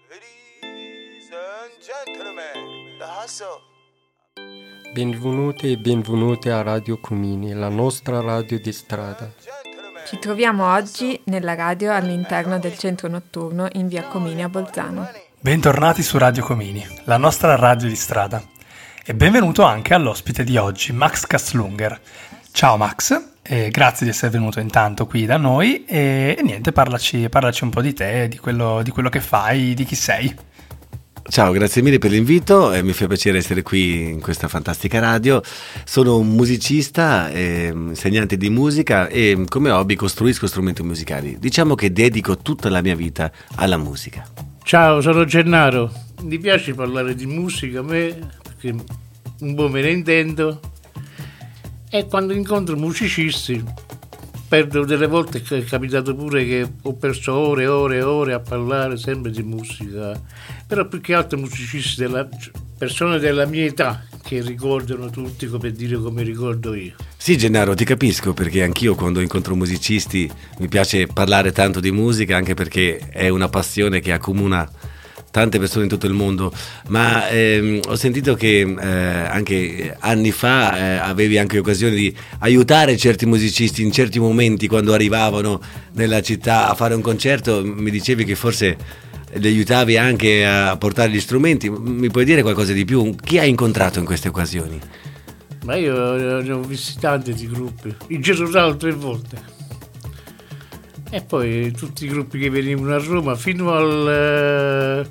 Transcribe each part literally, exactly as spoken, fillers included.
Benvenuti e benvenute a Radio Comini, la nostra radio di strada. Ci troviamo oggi nella radio all'interno del centro notturno in via Comini a Bolzano. Bentornati su Radio Comini, la nostra radio di strada. E benvenuto anche all'ospite di oggi, Max Kaslunger. Ciao Max, e grazie di essere venuto intanto qui da noi e, e niente, parlaci, parlaci un po' di te, di quello, di quello che fai, di chi sei. Ciao, grazie mille per l'invito, eh, mi fa piacere essere qui in questa fantastica radio. Sono un musicista, eh, insegnante di musica e come hobby costruisco strumenti musicali. Diciamo che dedico tutta la mia vita alla musica. Ciao, sono Gennaro. Mi piace parlare di musica a me perché un po' me ne intendo e quando incontro musicisti perdo delle volte, è capitato pure che ho perso ore e ore e ore a parlare sempre di musica, però più che altro musicisti, della, persone della mia età che ricordano tutti, come dire, come ricordo io. Sì Gennaro, ti capisco, perché anch'io quando incontro musicisti mi piace parlare tanto di musica, anche perché è una passione che accomuna tante persone in tutto il mondo, ma ehm, ho sentito che eh, anche anni fa eh, avevi anche occasione di aiutare certi musicisti in certi momenti quando arrivavano nella città a fare un concerto. Mi dicevi che forse li aiutavi anche a portare gli strumenti. Mi puoi dire qualcosa di più? Chi hai incontrato in queste occasioni? Ma io ne ho visti tanti di gruppi, in Gerusalemme tre volte. E poi tutti i gruppi che venivano a Roma fino al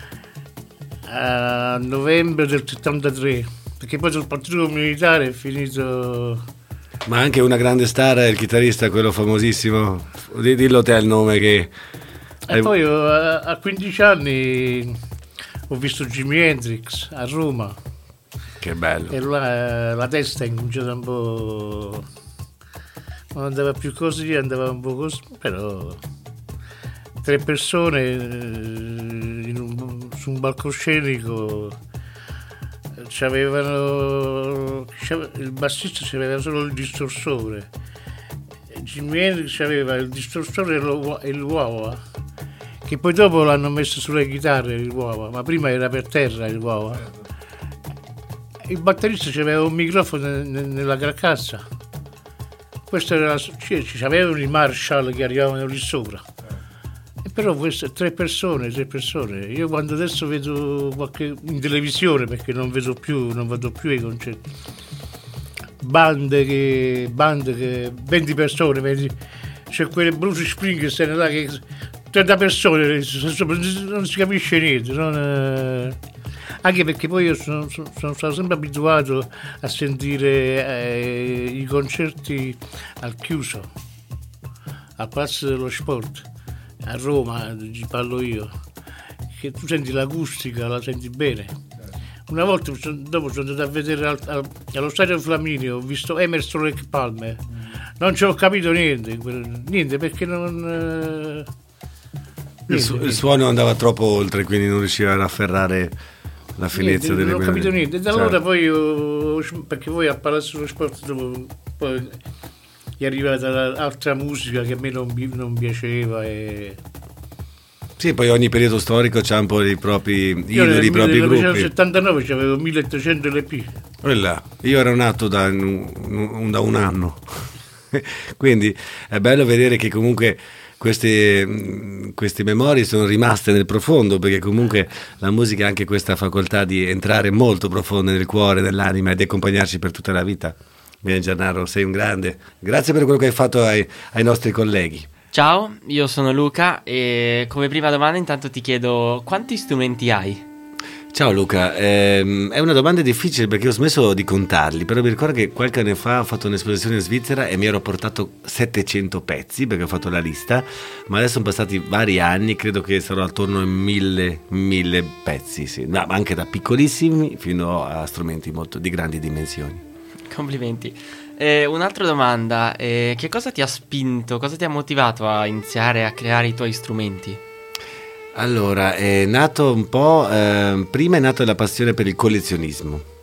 a novembre del settantatré, perché poi sul partito militare è finito. Ma anche una grande star, il chitarrista, quello famosissimo, dillo te il nome che. E hai... poi a, a quindici anni ho visto Jimi Hendrix a Roma. Che bello. E là la testa è cominciata un po'. Non andava più così, andava un po' così, però tre persone in un, su un palcoscenico c'avevano, il bassista c'aveva solo il distorsore, Jimi Hendrix aveva il distorsore e il wah-wah, che poi dopo l'hanno messo sulle chitarre il wah-wah, ma prima era per terra il wah-wah. Il batterista c'aveva un microfono nella carcassa. Questo era, ci avevano i Marshall che arrivavano lì sopra, e però queste tre persone, tre persone. Io quando adesso vedo qualche in televisione, perché non vedo più, non vado più ai concerti, bande che, bande che venti persone, venti, c'è quelle Bruce Springsteen là che trenta persone, non si capisce niente, non, anche perché poi io sono, sono, sono stato sempre abituato a sentire eh, i concerti al chiuso, al Palazzo dello Sport, a Roma, ci parlo io, che tu senti l'acustica, la senti bene. Una volta dopo sono andato a vedere al, al, allo Stadio Flaminio, ho visto Emerson Lake Palmer, non ci ho capito niente, niente perché non... Eh, niente, il, su- niente. Il suono andava troppo oltre, quindi non riusciva a afferrare la finezza niente, delle non ho capito niente. E da allora certo. poi io, perché poi al Palazzo dello Sport dopo, poi è arrivata altra musica che a me non, non piaceva e... Sì, poi ogni periodo storico c'ha un po' i propri idoli, i propri gruppi. Nel millenovecentosettantanove c'avevo milleottocento L P. Quella. Io ero nato da un, da un anno. Quindi è bello vedere che comunque queste, queste memorie sono rimaste nel profondo, perché comunque la musica ha anche questa facoltà di entrare molto profondo nel cuore, nell'anima e di accompagnarci per tutta la vita. Bene Gennaro, sei un grande. Grazie per quello che hai fatto ai, ai nostri colleghi. Ciao, io sono Luca e come prima domanda intanto ti chiedo quanti strumenti hai? Ciao Luca, ehm, è una domanda difficile perché ho smesso di contarli, però mi ricordo che qualche anno fa ho fatto un'esposizione in Svizzera e mi ero portato settecento pezzi perché ho fatto la lista, ma adesso sono passati vari anni, credo che sarò attorno a mille, mille pezzi, sì. Ma anche da piccolissimi fino a strumenti molto di grandi dimensioni. Complimenti. Eh, un'altra domanda, eh, che cosa ti ha spinto, cosa ti ha motivato a iniziare a creare i tuoi strumenti? Allora, è nato un po', eh, prima è nata la passione per il collezionismo,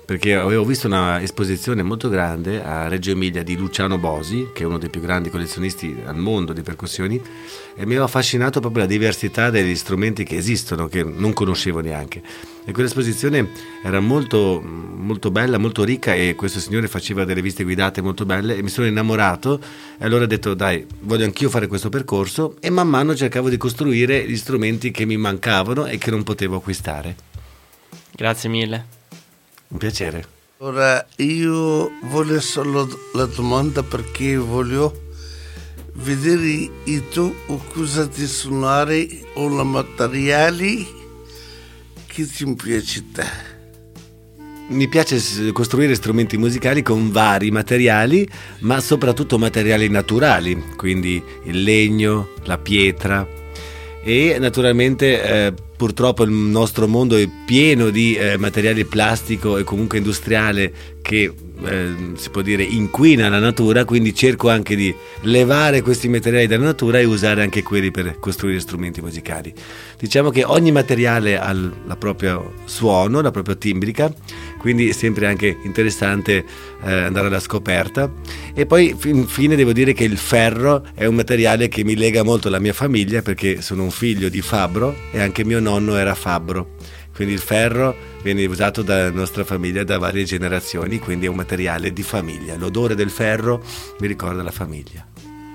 perché avevo visto una esposizione molto grande a Reggio Emilia di Luciano Bosi, che è uno dei più grandi collezionisti al mondo di percussioni, e mi aveva affascinato proprio la diversità degli strumenti che esistono, che non conoscevo neanche. E quell'esposizione era molto, molto bella, molto ricca, e questo signore faceva delle visite guidate molto belle, e mi sono innamorato, e allora ho detto dai, voglio anch'io fare questo percorso, e man mano cercavo di costruire gli strumenti che mi mancavano e che non potevo acquistare. Grazie mille. Un piacere. Ora io voglio solo la domanda, perché voglio vedere e tu cosa ti suonare o la materiali che ti piace te. Mi piace costruire strumenti musicali con vari materiali, ma soprattutto materiali naturali, quindi il legno, la pietra, e naturalmente eh, purtroppo il nostro mondo è pieno di eh, materiale plastico e comunque industriale che eh, si può dire inquina la natura, quindi cerco anche di levare questi materiali dalla natura e usare anche quelli per costruire strumenti musicali. Diciamo che ogni materiale ha il proprio suono, la propria timbrica, quindi è sempre anche interessante eh, andare alla scoperta. E poi infine devo dire che il ferro è un materiale che mi lega molto alla mia famiglia, perché sono un figlio di fabbro e anche mio nonno era fabbro, quindi il ferro viene usato dalla nostra famiglia da varie generazioni, quindi è un materiale di famiglia. L'odore del ferro mi ricorda la famiglia.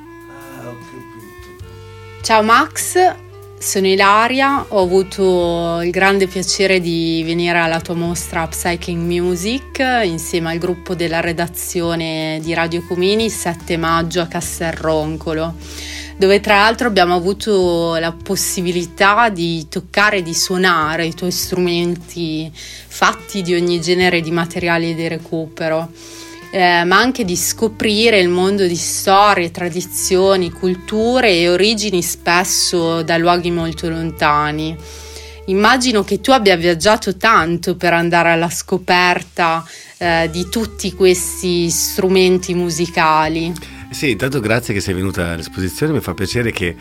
Ciao Max, sono Ilaria, ho avuto il grande piacere di venire alla tua mostra Upcycling Music insieme al gruppo della redazione di Radio Ecumeni il sette maggio a Castelroncolo, dove tra l'altro abbiamo avuto la possibilità di toccare e di suonare i tuoi strumenti fatti di ogni genere di materiali di recupero, eh, ma anche di scoprire il mondo di storie, tradizioni, culture e origini spesso da luoghi molto lontani. Immagino che tu abbia viaggiato tanto per andare alla scoperta eh, di tutti questi strumenti musicali. Sì, intanto grazie che sei venuta all'esposizione, mi fa piacere che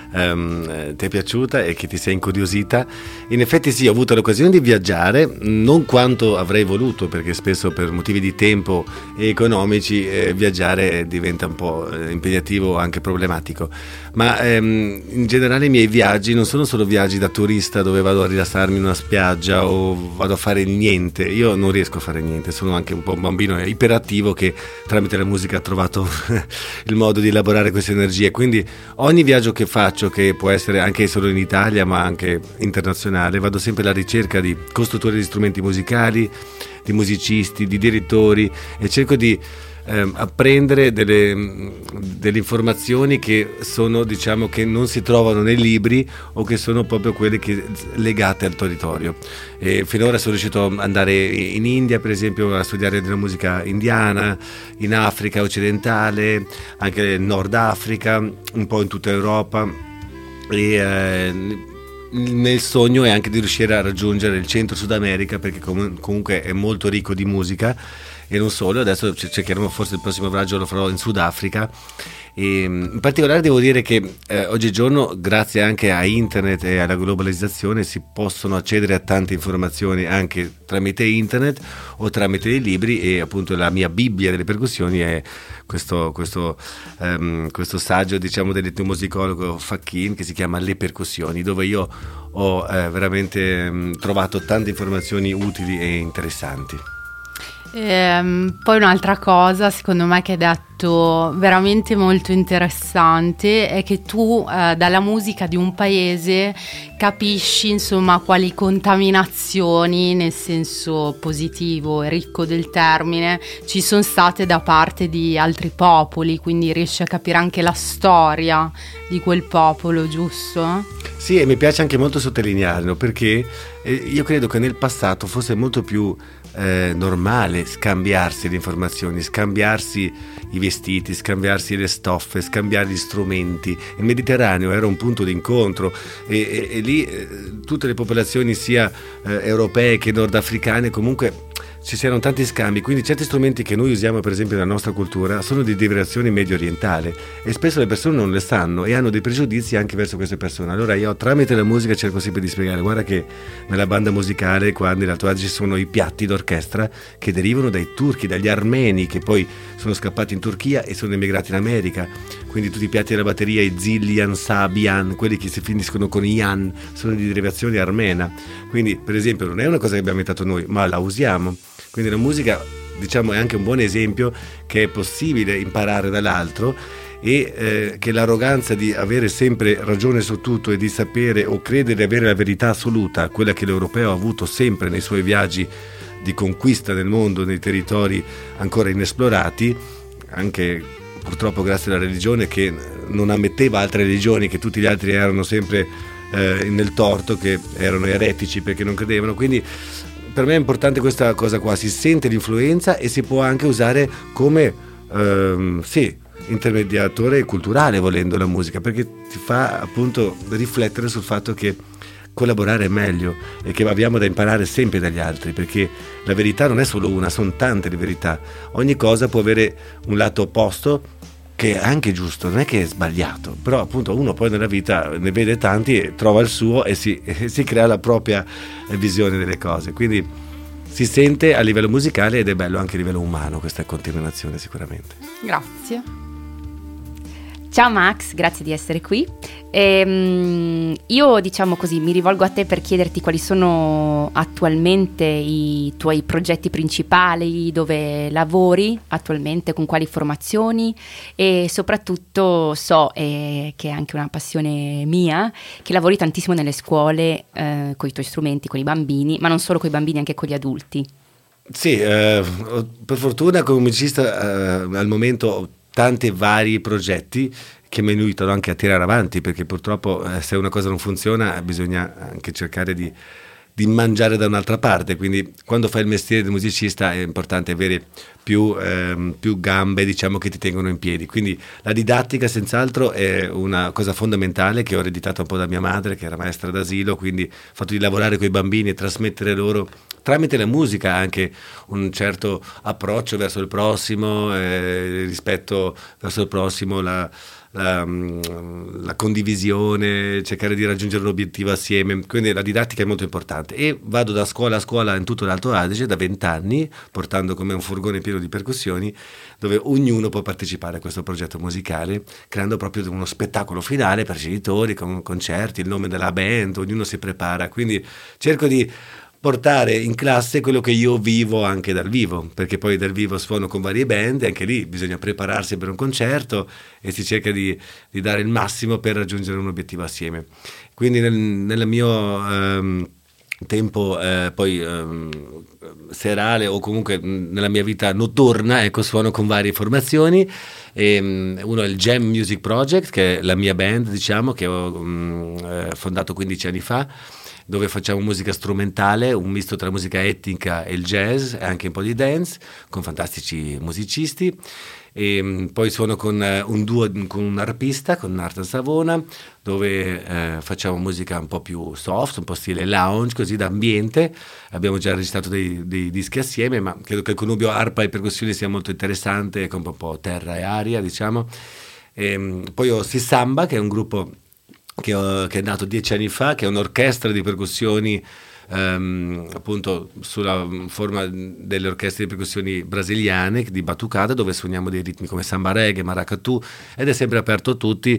um, ti è piaciuta e che ti sei incuriosita. In effetti sì, ho avuto l'occasione di viaggiare, non quanto avrei voluto, perché spesso per motivi di tempo e economici eh, viaggiare diventa un po' eh, impegnativo, anche problematico, ma ehm, in generale i miei viaggi non sono solo viaggi da turista dove vado a rilassarmi in una spiaggia o vado a fare niente. Io non riesco a fare niente, sono anche un po' un bambino iperattivo che tramite la musica ha trovato il modo di elaborare queste energie, quindi ogni viaggio che faccio, che può essere anche solo in Italia ma anche internazionale, vado sempre alla ricerca di costruttori di strumenti musicali, di musicisti, di direttori, e cerco di eh, apprendere delle, delle informazioni che sono, diciamo, che non si trovano nei libri o che sono proprio quelle che, legate al territorio. E finora sono riuscito ad andare in India, per esempio, a studiare della musica indiana, in Africa occidentale, anche nel Nord Africa, un po' in tutta Europa, e eh, nel sogno è anche di riuscire a raggiungere il centro Sud America, perché com- comunque è molto ricco di musica, e non solo. Adesso cercheremo, forse il prossimo viaggio lo farò in Sudafrica. E in particolare devo dire che eh, oggigiorno, grazie anche a internet e alla globalizzazione, si possono accedere a tante informazioni anche tramite internet o tramite i libri, e appunto la mia Bibbia delle percussioni è questo, questo, um, questo saggio, diciamo, dell'etnomusicologo Fachin, che si chiama Le percussioni, dove io ho eh, veramente um, trovato tante informazioni utili e interessanti. Ehm, poi un'altra cosa secondo me che hai detto veramente molto interessante è che tu eh, dalla musica di un paese capisci insomma quali contaminazioni, nel senso positivo e ricco del termine, ci sono state da parte di altri popoli, quindi riesci a capire anche la storia di quel popolo, giusto? Sì, e mi piace anche molto sottolinearlo, perché eh, io credo che nel passato fosse molto più Eh, normale scambiarsi le informazioni, scambiarsi i vestiti, scambiarsi le stoffe, scambiare gli strumenti. Il Mediterraneo era un punto d'incontro, e, e, e lì eh, tutte le popolazioni, sia eh, europee che nordafricane, comunque ci siano tanti scambi, quindi certi strumenti che noi usiamo per esempio nella nostra cultura sono di derivazione medio orientale e spesso le persone non le sanno e hanno dei pregiudizi anche verso queste persone. Allora io tramite la musica cerco sempre di spiegare: guarda che nella banda musicale qua nell'Alto Adige ci sono i piatti d'orchestra che derivano dai turchi, dagli armeni, che poi sono scappati in Turchia e sono emigrati in America, quindi tutti i piatti della batteria, i zillian, sabian, quelli che si finiscono con ian, sono di derivazione armena. Quindi per esempio non è una cosa che abbiamo inventato noi, ma la usiamo. Quindi la musica, diciamo, è anche un buon esempio che è possibile imparare dall'altro e eh, che l'arroganza di avere sempre ragione su tutto e di sapere o credere di avere la verità assoluta, quella che l'europeo ha avuto sempre nei suoi viaggi di conquista del mondo, nei territori ancora inesplorati, anche purtroppo grazie alla religione che non ammetteva altre religioni, che tutti gli altri erano sempre eh, nel torto, che erano eretici perché non credevano. Quindi per me è importante questa cosa qua, si sente l'influenza e si può anche usare come ehm, sì, intermediatore culturale, volendo, la musica, perché ti fa appunto riflettere sul fatto che collaborare è meglio e che abbiamo da imparare sempre dagli altri, perché la verità non è solo una, sono tante le verità, ogni cosa può avere un lato opposto che è anche giusto, non è che è sbagliato, però appunto uno poi nella vita ne vede tanti e trova il suo e si, e si crea la propria visione delle cose, quindi si sente a livello musicale ed è bello anche a livello umano questa continuazione sicuramente. Grazie. Ciao Max, grazie di essere qui. Ehm, io diciamo così mi rivolgo a te per chiederti quali sono attualmente i tuoi progetti principali, dove lavori attualmente, con quali formazioni, e soprattutto so, eh, che è anche una passione mia, che lavori tantissimo nelle scuole eh, con i tuoi strumenti, con i bambini, ma non solo con i bambini, anche con gli adulti. Sì, eh, per fortuna come musicista eh, al momento ho tanti vari progetti che mi aiutano anche a tirare avanti, perché purtroppo eh, se una cosa non funziona bisogna anche cercare di, di mangiare da un'altra parte, quindi quando fai il mestiere del musicista è importante avere più, ehm, più gambe, diciamo, che ti tengono in piedi, quindi la didattica senz'altro è una cosa fondamentale che ho ereditato un po' da mia madre, che era maestra d'asilo, quindi il fatto di lavorare con i bambini e trasmettere loro tramite la musica anche un certo approccio verso il prossimo, eh, rispetto verso il prossimo, la, la, la condivisione, cercare di raggiungere un obiettivo assieme, quindi la didattica è molto importante e vado da scuola a scuola in tutto l'Alto Adige da vent'anni portando come un furgone pieno di percussioni, dove ognuno può partecipare a questo progetto musicale creando proprio uno spettacolo finale per genitori con concerti, il nome della band, ognuno si prepara, quindi cerco di portare in classe quello che io vivo anche dal vivo, perché poi dal vivo suono con varie band e anche lì bisogna prepararsi per un concerto e si cerca di, di dare il massimo per raggiungere un obiettivo assieme. Quindi nel, nel mio ehm, tempo eh, poi ehm, serale o comunque nella mia vita notturna, ecco, suono con varie formazioni. E, um, uno è il Jam Music Project, che è la mia band, diciamo, che ho um, eh, fondato quindici anni fa, dove facciamo musica strumentale, un misto tra musica etnica e il jazz e anche un po' di dance con fantastici musicisti. E poi suono con uh, un duo con un arpista, con Narta Savona, dove uh, facciamo musica un po' più soft, un po' stile lounge, così d'ambiente. Abbiamo già registrato dei, dei dischi assieme, ma credo che il connubio arpa e percussioni sia molto interessante, con un po' terra e aria, diciamo. E, poi ho Sisamba, che è un gruppo Che, ho, che è nato dieci anni fa, che è un'orchestra di percussioni ehm, appunto sulla forma delle orchestre di percussioni brasiliane di batucada, dove suoniamo dei ritmi come samba reggae, maracatu, ed è sempre aperto a tutti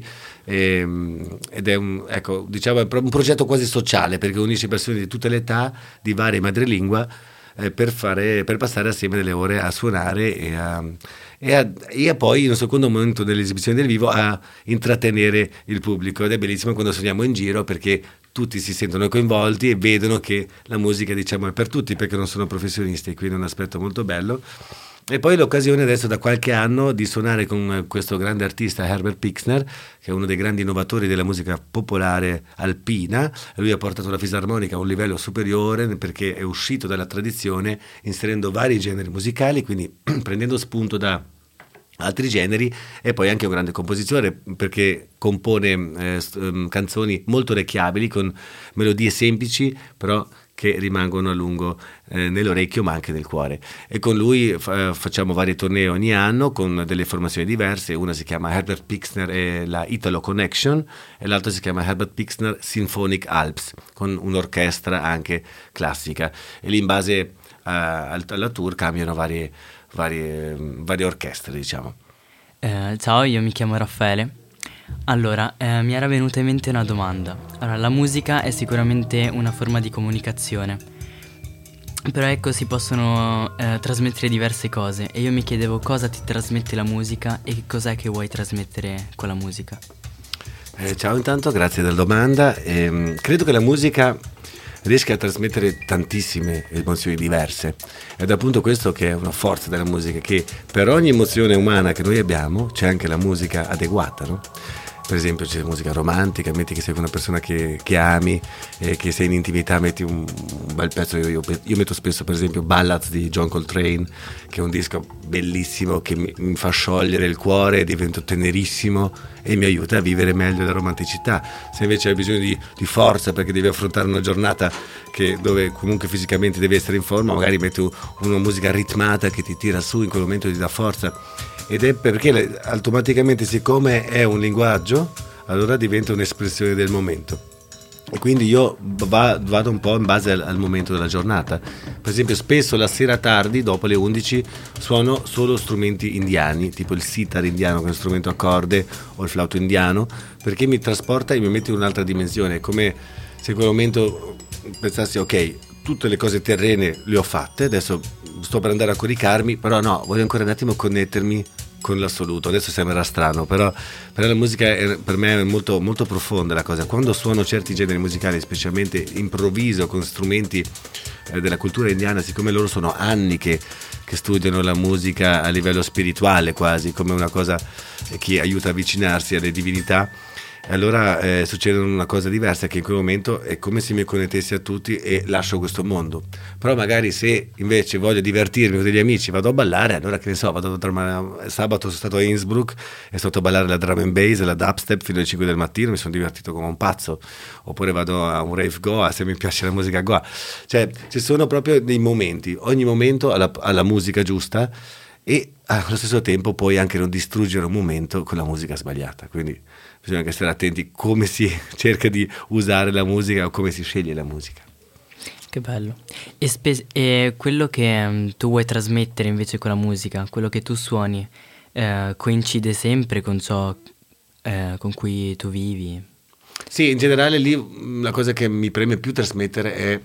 ehm, ed è un, ecco, diciamo, è un progetto quasi sociale, perché unisce persone di tutte le età, di varie madrelingua, eh, per, fare, per passare assieme delle ore a suonare e a E a, e a poi in un secondo momento dell'esibizione del vivo a intrattenere il pubblico, ed è bellissimo quando suoniamo in giro, perché tutti si sentono coinvolti e vedono che la musica, diciamo, è per tutti, perché non sono professionisti, quindi è un aspetto molto bello. E poi l'occasione adesso da qualche anno di suonare con questo grande artista Herbert Pixner, che è uno dei grandi innovatori della musica popolare alpina. Lui ha portato la fisarmonica a un livello superiore, perché è uscito dalla tradizione inserendo vari generi musicali, quindi prendendo spunto da altri generi, e poi anche un grande compositore, perché compone eh, canzoni molto orecchiabili con melodie semplici però che rimangono a lungo eh, nell'orecchio ma anche nel cuore. E con lui fa, facciamo vari tornei ogni anno con delle formazioni diverse. Una si chiama Herbert Pixner e la Italo Connection e l'altra si chiama Herbert Pixner Symphonic Alps, con un'orchestra anche classica, e lì in base a, alla tour cambiano varie, varie, varie orchestre, diciamo. Eh, ciao, io mi chiamo Raffaele. Allora, eh, mi era venuta in mente una domanda. Allora, la musica è sicuramente una forma di comunicazione, però ecco, si possono eh, trasmettere diverse cose, e io mi chiedevo cosa ti trasmette la musica e che cos'è che vuoi trasmettere con la musica. Eh, ciao intanto, grazie della domanda. Eh, credo che la musica riesca a trasmettere tantissime emozioni diverse, ed è appunto questo che è una forza della musica, che per ogni emozione umana che noi abbiamo c'è anche la musica adeguata, no? Per esempio c'è musica romantica, metti che sei con una persona che, che ami, eh, che sei in intimità, metti un, un bel pezzo. Io, io, io metto spesso per esempio Ballads di John Coltrane, che è un disco bellissimo che mi, mi fa sciogliere il cuore, divento tenerissimo e mi aiuta a vivere meglio la romanticità. Se invece hai bisogno di, di forza perché devi affrontare una giornata che, dove comunque fisicamente devi essere in forma, magari metti una musica ritmata che ti tira su, in quel momento ti dà forza. Ed è perché automaticamente, siccome è un linguaggio, allora diventa un'espressione del momento, e quindi io va, vado un po' in base al, al momento della giornata. Per esempio spesso la sera tardi, dopo le undici, suono solo strumenti indiani, tipo il sitar indiano, che è uno strumento a corde, o il flauto indiano, perché mi trasporta e mi mette in un'altra dimensione. È come se in quel momento pensassi: ok, tutte le cose terrene le ho fatte, adesso sto per andare a coricarmi, però no, voglio ancora un attimo connettermi con l'assoluto. Adesso sembrerà strano, però, però la musica è, per me è molto, molto profonda la cosa. Quando suono certi generi musicali, specialmente improvviso con strumenti eh, della cultura indiana, siccome loro sono anni che, che studiano la musica a livello spirituale, quasi come una cosa che aiuta a avvicinarsi alle divinità, allora eh, succede una cosa diversa, che in quel momento è come se mi connettessi a tutti e lascio questo mondo. Però magari se invece voglio divertirmi con degli amici, vado a ballare, allora che ne so, vado a tornare. Sabato sono stato a Innsbruck e sono stato a ballare la drum and bass, la dubstep fino alle cinque del mattino, mi sono divertito come un pazzo. Oppure vado a un rave Goa, se mi piace la musica Goa. Cioè ci sono proprio dei momenti, ogni momento ha la, ha la musica giusta, e allo stesso tempo puoi anche non distruggere un momento con la musica sbagliata. Quindi bisogna anche stare attenti come si cerca di usare la musica o come si sceglie la musica. Che bello. E, spe- e quello che um, tu vuoi trasmettere invece con la musica, quello che tu suoni, eh, coincide sempre con ciò eh, con cui tu vivi? Sì, in generale lì la cosa che mi preme più trasmettere è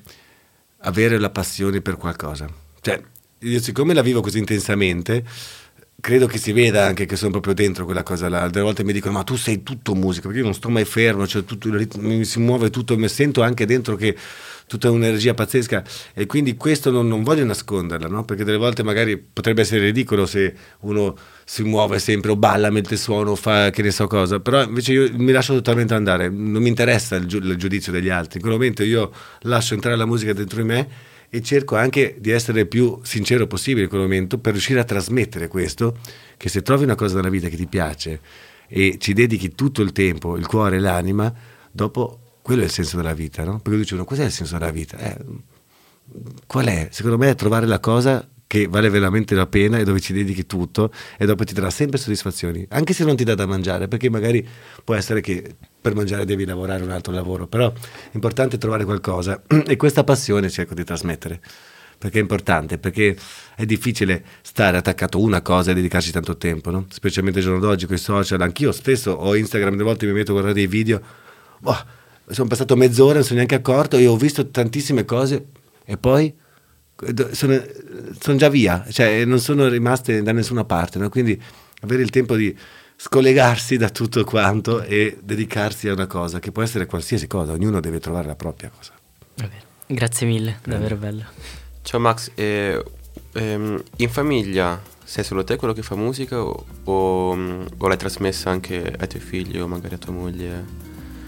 avere la passione per qualcosa. Cioè, io siccome la vivo così intensamente, credo che si veda anche che sono proprio dentro quella cosa là. Altre volte mi dicono: ma tu sei tutto musica, perché io non sto mai fermo, cioè tutto il ritmo, mi si muove tutto, mi sento anche dentro che tutta un'energia pazzesca, e quindi questo non, non voglio nasconderla, no? Perché delle volte magari potrebbe essere ridicolo se uno si muove sempre o balla mentre suona o fa che ne so cosa, però invece io mi lascio totalmente andare, non mi interessa il, giu- il giudizio degli altri. In quel momento io lascio entrare la musica dentro di me e cerco anche di essere il più sincero possibile in quel momento, per riuscire a trasmettere questo, che se trovi una cosa nella vita che ti piace e ci dedichi tutto il tempo, il cuore e l'anima, dopo quello è il senso della vita, no? Perché dicono: cos'è il senso della vita? Eh, qual è? Secondo me è trovare la cosa che vale veramente la pena e dove ci dedichi tutto, e dopo ti darà sempre soddisfazioni, anche se non ti dà da mangiare, perché magari può essere che per mangiare devi lavorare un altro lavoro, però è importante trovare qualcosa, e questa passione cerco di trasmettere, perché è importante, perché è difficile stare attaccato a una cosa e dedicarci tanto tempo, no? Specialmente il giorno d'oggi con i social. Anch'io stesso ho Instagram, delle volte mi metto a guardare dei video, boh, sono passato mezz'ora, non sono neanche accorto, e ho visto tantissime cose e poi sono, sono già via, cioè non sono rimaste da nessuna parte, no? Quindi avere il tempo di scollegarsi da tutto quanto e dedicarsi a una cosa, che può essere qualsiasi cosa, ognuno deve trovare la propria cosa. Grazie mille, davvero bello. Ciao Max, eh, ehm, in famiglia sei solo te quello che fa musica, o, o, o l'hai trasmessa anche ai tuoi figli o magari a tua moglie?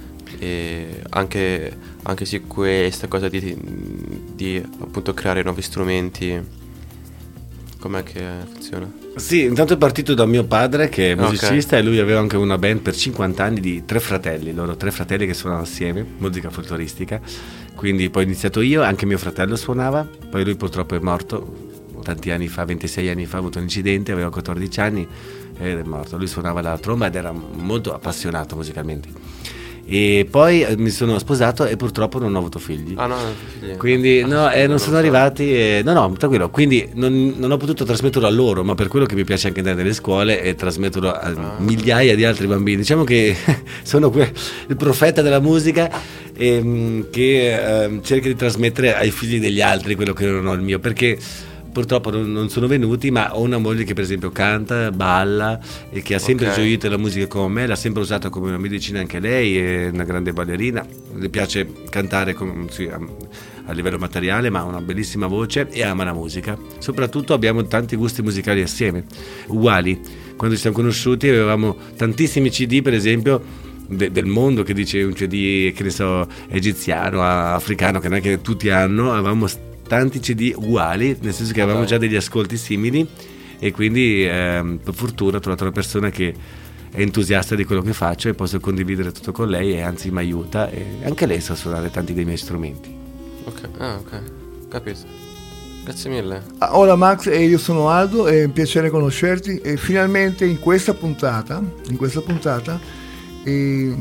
E anche, anche se questa cosa di, di appunto creare nuovi strumenti com'è che funziona? Sì, intanto è partito da mio padre che è musicista, Okay. e lui aveva anche una band per cinquanta anni di tre fratelli, loro tre fratelli che suonavano assieme, musica folcloristica. Quindi poi ho iniziato io, anche mio fratello suonava, poi lui purtroppo è morto tanti anni fa, ventisei anni fa, ha avuto un incidente, aveva quattordici anni ed è morto. Lui suonava la tromba ed era molto appassionato musicalmente. E poi mi sono sposato e purtroppo non ho avuto figli. Ah no, figli. Quindi Ah, no, sì, eh, non lo sono so. arrivati e, no no tranquillo, quindi non, non ho potuto trasmetterlo a loro, ma per quello che mi piace anche andare nelle scuole e trasmetterlo a Ah. migliaia di altri bambini. Diciamo che sono que- il profeta della musica, ehm, che ehm, cerca di trasmettere ai figli degli altri quello che non ho il mio, perché purtroppo non, non sono venuti, ma ho una moglie che per esempio canta, balla e che ha sempre Ok. gioito la musica come me, l'ha sempre usata come una medicina anche lei, è una grande ballerina, le piace cantare con, sì, a, a livello materiale, ma ha una bellissima voce e ama la musica. Soprattutto abbiamo tanti gusti musicali assieme, uguali. Quando ci siamo conosciuti avevamo tantissimi C D, per esempio, de- del mondo, che dice un C D, che ne so, egiziano, africano, che non è che tutti hanno, avevamo tanti C D uguali, nel senso che avevamo già degli ascolti simili, e quindi ehm, per fortuna ho trovato una persona che è entusiasta di quello che faccio e posso condividere tutto con lei, e anzi mi aiuta, e anche lei sa suonare tanti dei miei strumenti. Ok, ah ok, capito. Grazie mille. Ah, Hola Max, e io sono Aldo, è un piacere conoscerti, e finalmente in questa puntata, in questa puntata eh,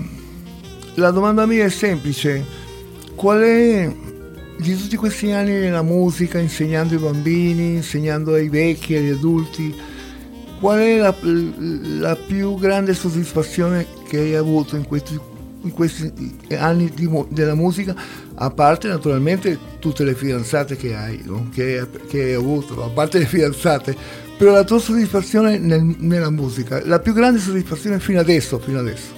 la domanda mia è semplice: qual è, di tutti questi anni nella musica, insegnando ai bambini, insegnando ai vecchi, agli adulti, qual è la, la più grande soddisfazione che hai avuto in questi, in questi anni di, della musica, a parte naturalmente tutte le fidanzate che hai, no? che, che hai avuto, a parte le fidanzate, però la tua soddisfazione nel, nella musica, la più grande soddisfazione fino adesso, fino adesso.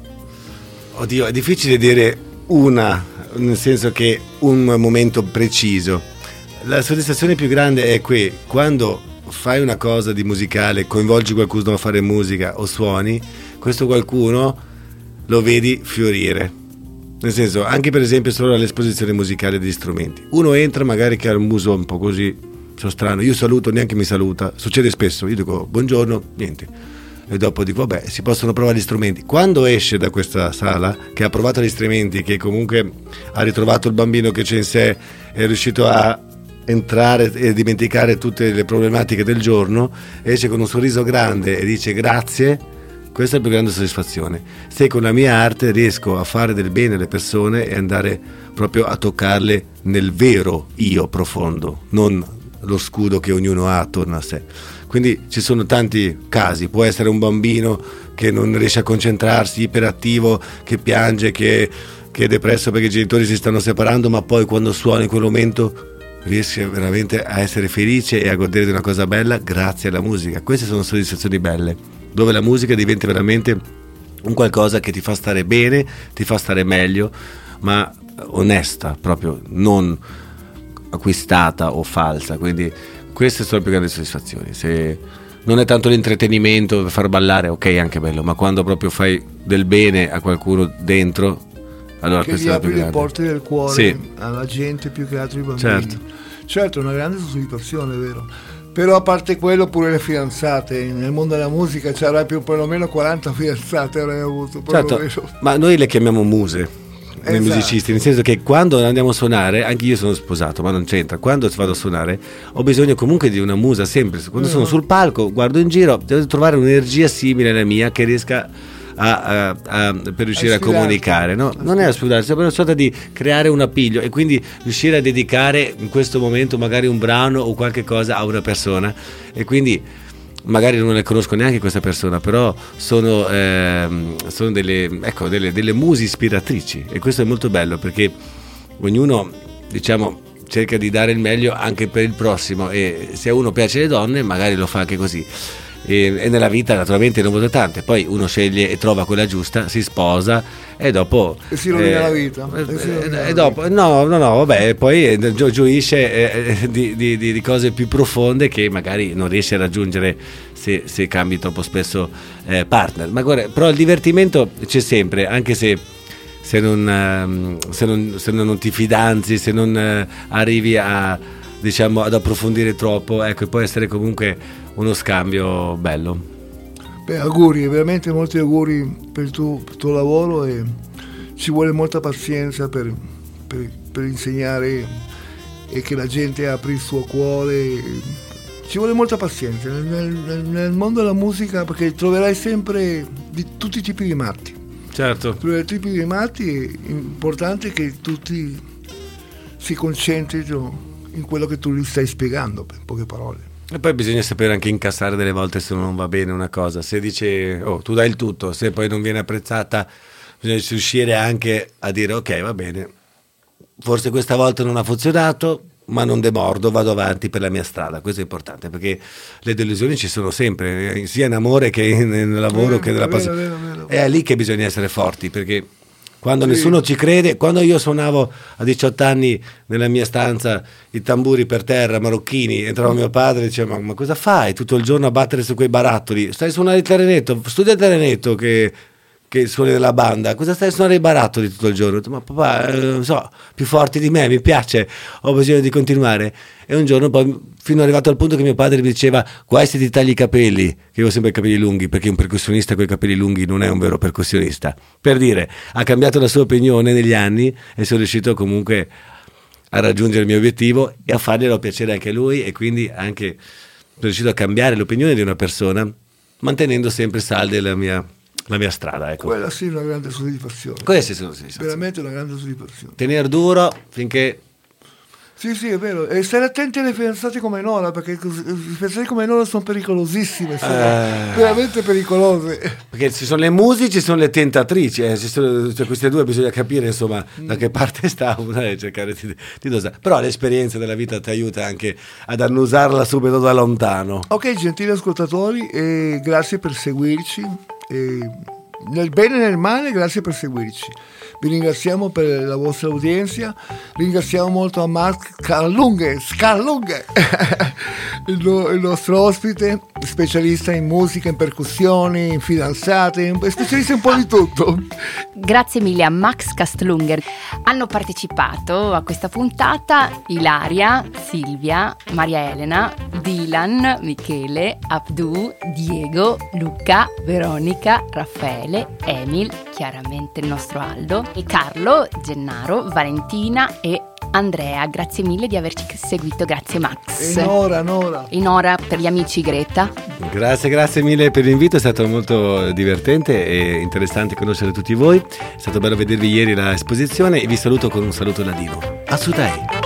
Oddio, è difficile dire una, nel senso che un momento preciso. La soddisfazione più grande è qui, quando fai una cosa di musicale, coinvolgi qualcuno a fare musica o suoni, questo qualcuno lo vedi fiorire. Nel senso, anche per esempio solo all'esposizione musicale degli strumenti. Uno entra magari che ha un muso un po' così, sono strano, io saluto, neanche mi saluta, succede spesso, io dico buongiorno, niente. E dopo dico vabbè, si possono provare gli strumenti. Quando esce da questa sala, che ha provato gli strumenti, che comunque ha ritrovato il bambino che c'è in sé, è riuscito a entrare e dimenticare tutte le problematiche del giorno, esce con un sorriso grande e dice grazie, questa è la più grande soddisfazione. Se con la mia arte riesco a fare del bene alle persone e andare proprio a toccarle nel vero io profondo, non lo scudo che ognuno ha attorno a sé. Quindi ci sono tanti casi, può essere un bambino che non riesce a concentrarsi, iperattivo, che piange, che, che è depresso perché i genitori si stanno separando, ma poi quando suona in quel momento riesce veramente a essere felice e a godere di una cosa bella grazie alla musica. Queste sono soddisfazioni belle, dove la musica diventa veramente un qualcosa che ti fa stare bene, ti fa stare meglio, ma onesta, proprio non acquistata o falsa. Quindi queste sono le più grandi soddisfazioni. Se non è tanto l'intrattenimento per far ballare, ok, è anche bello, ma quando proprio fai del bene a qualcuno dentro, allora che questa gli è la più apri le grande. porte del cuore, Sì. alla gente più che altro ai bambini. Certo. Certo, è una grande soddisfazione, è vero. Però a parte quello, pure le fidanzate, nel mondo della musica ci avrai più perlomeno quaranta fidanzate avrai avuto. Certo, perlomeno. ma noi le chiamiamo muse, noi Esatto. musicisti, nel senso che quando andiamo a suonare, anche io sono sposato, ma non c'entra, quando vado a suonare ho bisogno comunque di una musa sempre. Quando sono sul palco, guardo in giro, devo trovare un'energia simile alla mia che riesca a, a, a, per riuscire a, a comunicare, no? Non è a sfidarsi, è una sorta di creare un appiglio e quindi riuscire a dedicare in questo momento magari un brano o qualche cosa a una persona, e quindi magari non le conosco neanche questa persona, però sono, ehm, sono delle, ecco, delle, delle muse ispiratrici, e questo è molto bello perché ognuno, diciamo, cerca di dare il meglio anche per il prossimo, e se a uno piace le donne magari lo fa anche così. E, e nella vita naturalmente non vedo tante, poi uno sceglie e trova quella giusta, si sposa e dopo E si rovina eh, la vita. E si rovina la e dopo no no no vabbè, poi eh, gio- gioisce eh, di, di, di cose più profonde che magari non riesce a raggiungere se, se cambi troppo spesso eh, partner. Ma guarda, però il divertimento c'è sempre, anche se se non, ehm, se non, se non ti fidanzi, se non eh, arrivi a diciamo ad approfondire troppo, ecco, e può essere comunque uno scambio bello. Beh, auguri, veramente molti auguri per il tuo, per il tuo lavoro, e ci vuole molta pazienza per, per, per insegnare e che la gente apri il suo cuore. Ci vuole molta pazienza nel, nel, nel mondo della musica, perché troverai sempre di tutti i tipi di matti. Certo. Troverai tipi di matti, è importante che tutti si concentrino in quello che tu gli stai spiegando, in poche parole. E poi bisogna sapere anche incassare delle volte se non va bene una cosa. Se dice, oh, tu dai il tutto, se poi non viene apprezzata, bisogna riuscire anche a dire, ok, va bene, forse questa volta non ha funzionato, ma non demordo, vado avanti per la mia strada. Questo è importante, perché le delusioni ci sono sempre, sia in amore che nel lavoro, eh, che nella passione. È lì che bisogna essere forti, perché quando sì. nessuno ci crede, quando io suonavo a diciotto anni nella mia stanza i tamburi per terra marocchini, entrava mio padre e diceva, ma, ma cosa fai tutto il giorno a battere su quei barattoli? Stai a suonare il clarinetto, studia il clarinetto che, che suoni nella banda, cosa stai a suonare i barattoli tutto il giorno? Ma papà, eh, non so, più forti di me, mi piace, ho bisogno di continuare. E un giorno poi, fino arrivato al punto che mio padre mi diceva, questi ti tagli i capelli, che avevo sempre i capelli lunghi, perché un percussionista con i capelli lunghi non è un vero percussionista. Per dire, ha cambiato la sua opinione negli anni e sono riuscito comunque a raggiungere il mio obiettivo e a farglielo piacere anche a lui, e quindi anche sono riuscito a cambiare l'opinione di una persona, mantenendo sempre salda la mia, la mia strada. Ecco. Quella sì è una grande soddisfazione. Questa sì, sì, sì, veramente una grande soddisfazione. Tenere duro finché... Sì, sì, è vero. E stare attenti alle fidanzate come Nora, perché le fidanzate come Nora sono pericolosissime, sono eh... veramente pericolose. Perché ci sono le musiche, ci sono le tentatrici, eh, ci sono, cioè, queste due bisogna capire, insomma, mm. da che parte sta una e cercare di, di dosare. Però l'esperienza della vita ti aiuta anche ad annusarla subito da lontano. Ok, gentili ascoltatori, eh, grazie per seguirci. Eh, nel bene e nel male, grazie per seguirci. Vi ringraziamo per la vostra udienza, ringraziamo molto a Max Scarlunghe, Scarlunghe il, no, il nostro ospite, specialista in musica, in percussioni, in fidanzate, specialista in un po' di tutto. Grazie mille a Max Castlunger. Hanno partecipato a questa puntata Ilaria, Silvia, Maria Elena, Dylan, Michele, Abdu, Diego, Luca, Veronica, Raffaele, Emil, chiaramente il nostro Aldo, e Carlo, Gennaro, Valentina e Andrea. Grazie mille di averci seguito, grazie Max. E Nora, Nora. E Nora per gli amici Greta. Grazie, grazie mille per l'invito, è stato molto divertente e interessante conoscere tutti voi. È stato bello vedervi ieri l'esposizione e vi saluto con un saluto ladino. Assolutamente.